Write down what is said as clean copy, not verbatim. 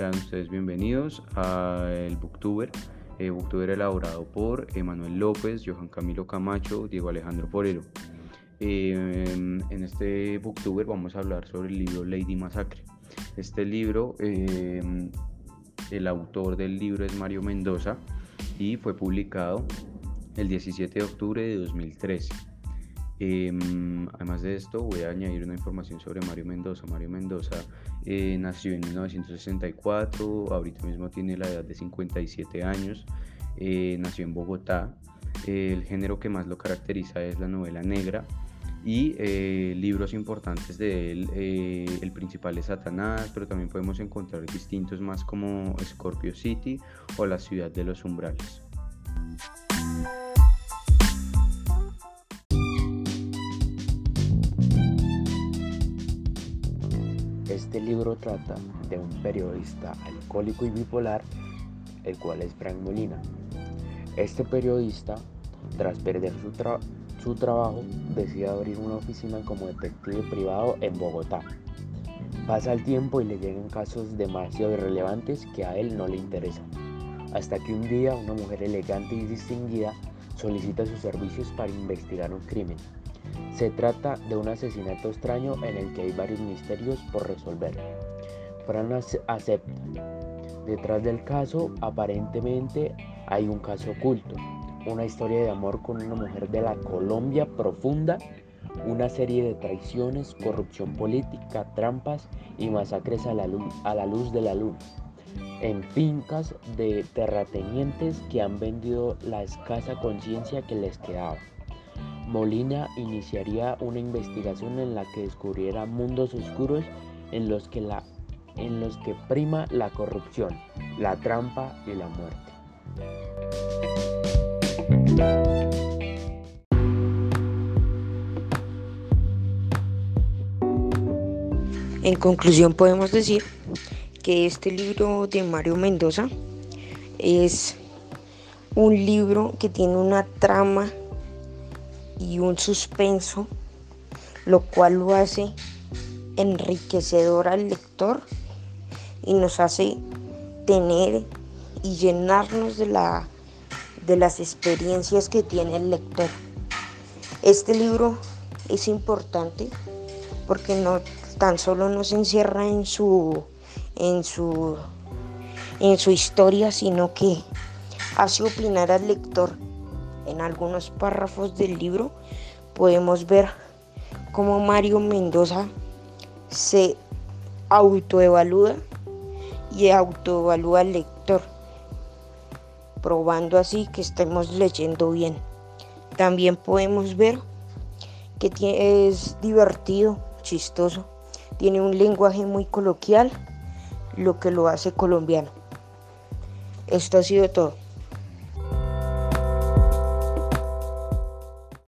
Sean ustedes bienvenidos al Booktuber, Booktuber elaborado por Emanuel López, Johan Camilo Camacho, Diego Alejandro Forero. En este Booktuber vamos a hablar sobre el libro Lady Masacre. Este libro, el autor del libro es Mario Mendoza y fue publicado el 17 de octubre de 2013. Además de esto, voy a añadir una información sobre Mario Mendoza. Mario Mendoza nació en 1964, ahorita mismo tiene la edad de 57 años, nació en Bogotá. El género que más lo caracteriza es la novela negra y libros importantes de él, el principal es Satanás, pero también podemos encontrar distintos más como Scorpio City o La ciudad de los umbrales. Este libro trata de un periodista alcohólico y bipolar, el cual es Frank Molina. Este periodista, tras perder su trabajo, decide abrir una oficina como detective privado en Bogotá. Pasa el tiempo y le llegan casos demasiado irrelevantes que a él no le interesan, hasta que un día una mujer elegante y distinguida solicita sus servicios para investigar un crimen. Se trata de un asesinato extraño en el que hay varios misterios por resolver. Fran acepta. Detrás del caso, aparentemente, hay un caso oculto, una historia de amor con una mujer de la Colombia profunda, una serie de traiciones, corrupción política, trampas y masacres a la luz de la luna, en fincas de terratenientes que han vendido la escasa conciencia que les quedaba. Molina iniciaría una investigación en la que descubriera mundos oscuros en los que prima la corrupción, la trampa y la muerte. En conclusión, podemos decir que este libro de Mario Mendoza es un libro que tiene una trama y un suspenso, lo cual lo hace enriquecedor al lector y nos hace tener y llenarnos de las experiencias que tiene el lector. Este libro es importante porque no tan solo nos encierra en su historia, sino que hace opinar al lector. En algunos párrafos del libro podemos ver cómo Mario Mendoza se autoevalúa y autoevalúa al lector, probando así que estemos leyendo bien. También podemos ver que es divertido, chistoso, tiene un lenguaje muy coloquial, lo que lo hace colombiano. Esto ha sido todo.